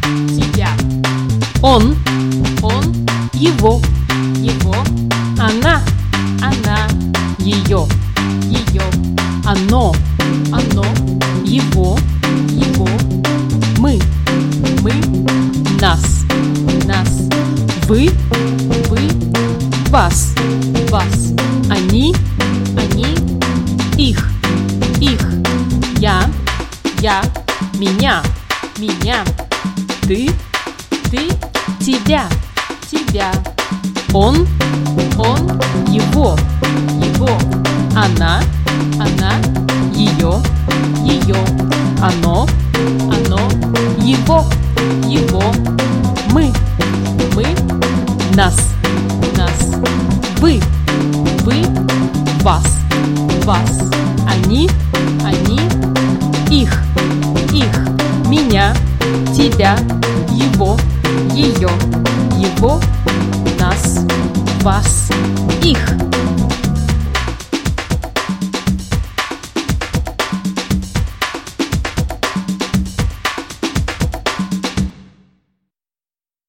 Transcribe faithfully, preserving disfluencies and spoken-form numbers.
тебя. Он, Он, его, его, она, она, ее, ее, оно, оно, его, его, мы, мы, нас, нас, вы, вы, вас, вас, они, они, их, их, я, я, меня, меня, ты, ты, тебя, тебя, он, он, его, его, она, она, ее, ее, оно, оно, его, его, мы, мы, нас, нас, вы, вы, вас, вас, они, они, их, их, меня, тебя, его, ее, его, нас, вас, их.